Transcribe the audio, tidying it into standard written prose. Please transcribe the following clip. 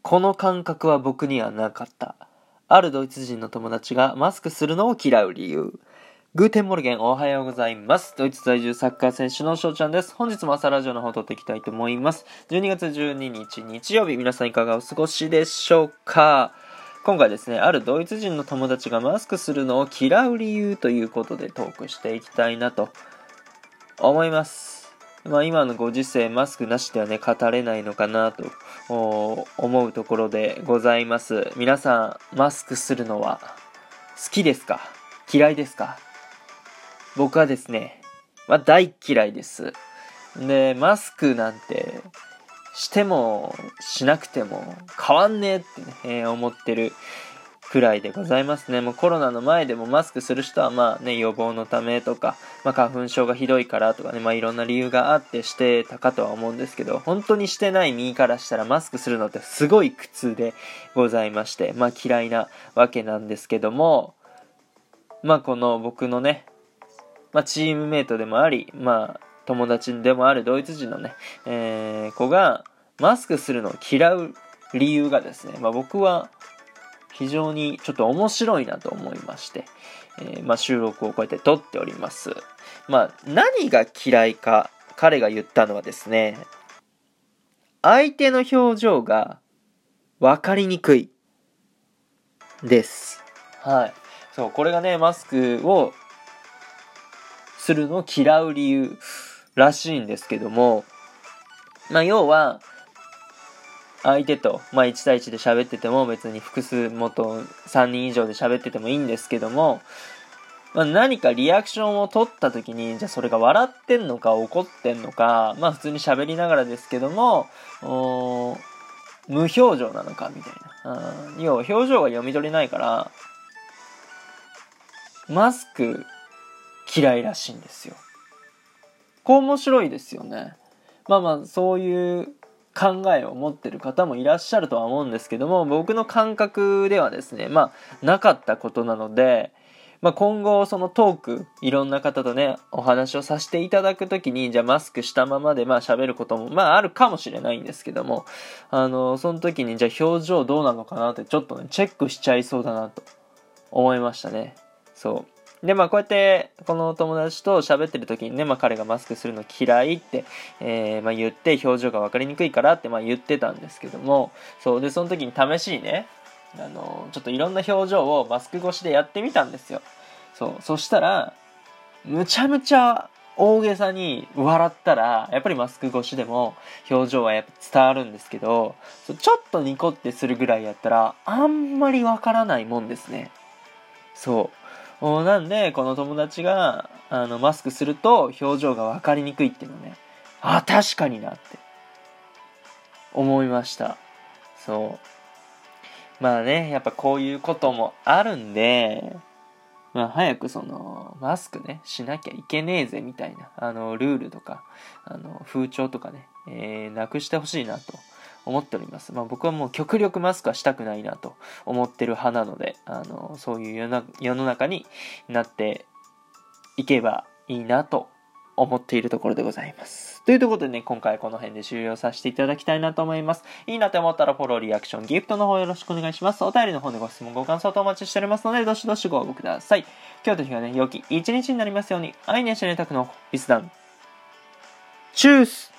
この感覚は僕にはなかった。あるドイツ人の友達がマスクするのを嫌う理由。グーテンモルゲン、おはようございます。ドイツ在住サッカー選手の翔ちゃんです。本日も朝ラジオの方を撮っていきたいと思います。12月12日日曜日、皆さんいかがお過ごしでしょうか。今回ですね、あるドイツ人の友達がマスクするのを嫌う理由ということでトークしていきたいなと思います。今のご時世、マスクなしではね語れないのかなと思うところでございます。皆さん、マスクするのは好きですか？嫌いですか？僕はですね、大嫌いです。で、マスクなんてしてもしなくても変わんねえってね、思ってるくらいでございますね。もうコロナの前でもマスクする人は予防のためとか、花粉症がひどいからとかね、いろんな理由があってしてたかとは思うんですけど、本当にしてない身からしたらマスクするのってすごい苦痛でございまして、嫌いなわけなんですけども、この僕のね、チームメイトでもあり、友達でもあるドイツ人のね、子がマスクするのを嫌う理由がですね、僕は非常にちょっと面白いなと思いまして、収録をこうやって撮っております。何が嫌いか、彼が言ったのはですね、相手の表情が分かりにくいです。はい。そう、これがね、マスクをするのを嫌う理由らしいんですけども、要は相手と、1対1で喋ってても別に複数元3人以上で喋っててもいいんですけども、何かリアクションを取った時に、じゃあそれが笑ってんのか怒ってんのか、普通に喋りながらですけども無表情なのかみたいな、要は表情が読み取れないからマスク嫌いらしいんですよ。こう面白いですよね。そういう考えを持ってる方もいらっしゃるとは思うんですけども、僕の感覚ではですね、なかったことなので、今後そのトークいろんな方とねお話をさせていただくときに、じゃあマスクしたままで喋ることもあるかもしれないんですけども、その時にじゃあ表情どうなのかなってちょっとねチェックしちゃいそうだなと思いましたね。そうでこうやってこの友達と喋ってる時にね、彼がマスクするの嫌いって、言って表情が分かりにくいからって言ってたんですけども、そうでその時に試しにねちょっといろんな表情をマスク越しでやってみたんですよ。そしたらむちゃむちゃ大げさに笑ったらやっぱりマスク越しでも表情はやっぱ伝わるんですけど、ちょっとニコってするぐらいやったらあんまりわからないもんですね。なんでこの友達がマスクすると表情が分かりにくいっていうのね、確かになって思いました。やっぱこういうこともあるんで、早くそのマスクねしなきゃいけねえぜみたいなルールとか風潮とかね、なくしてほしいなと思っております。僕はもう極力マスクはしたくないなと思ってる派なので、そういう世の中になっていけばいいなと思っているところでございます。というところでね、今回はこの辺で終了させていただきたいなと思います。いいなと思ったらフォロー、リアクション、ギフトの方よろしくお願いします。お便りの方でご質問、ご感想とお待ちしておりますので、どしどしご応募ください。今日という日がね、良き一日になりますように。愛にしてねたくのビスダン。チュース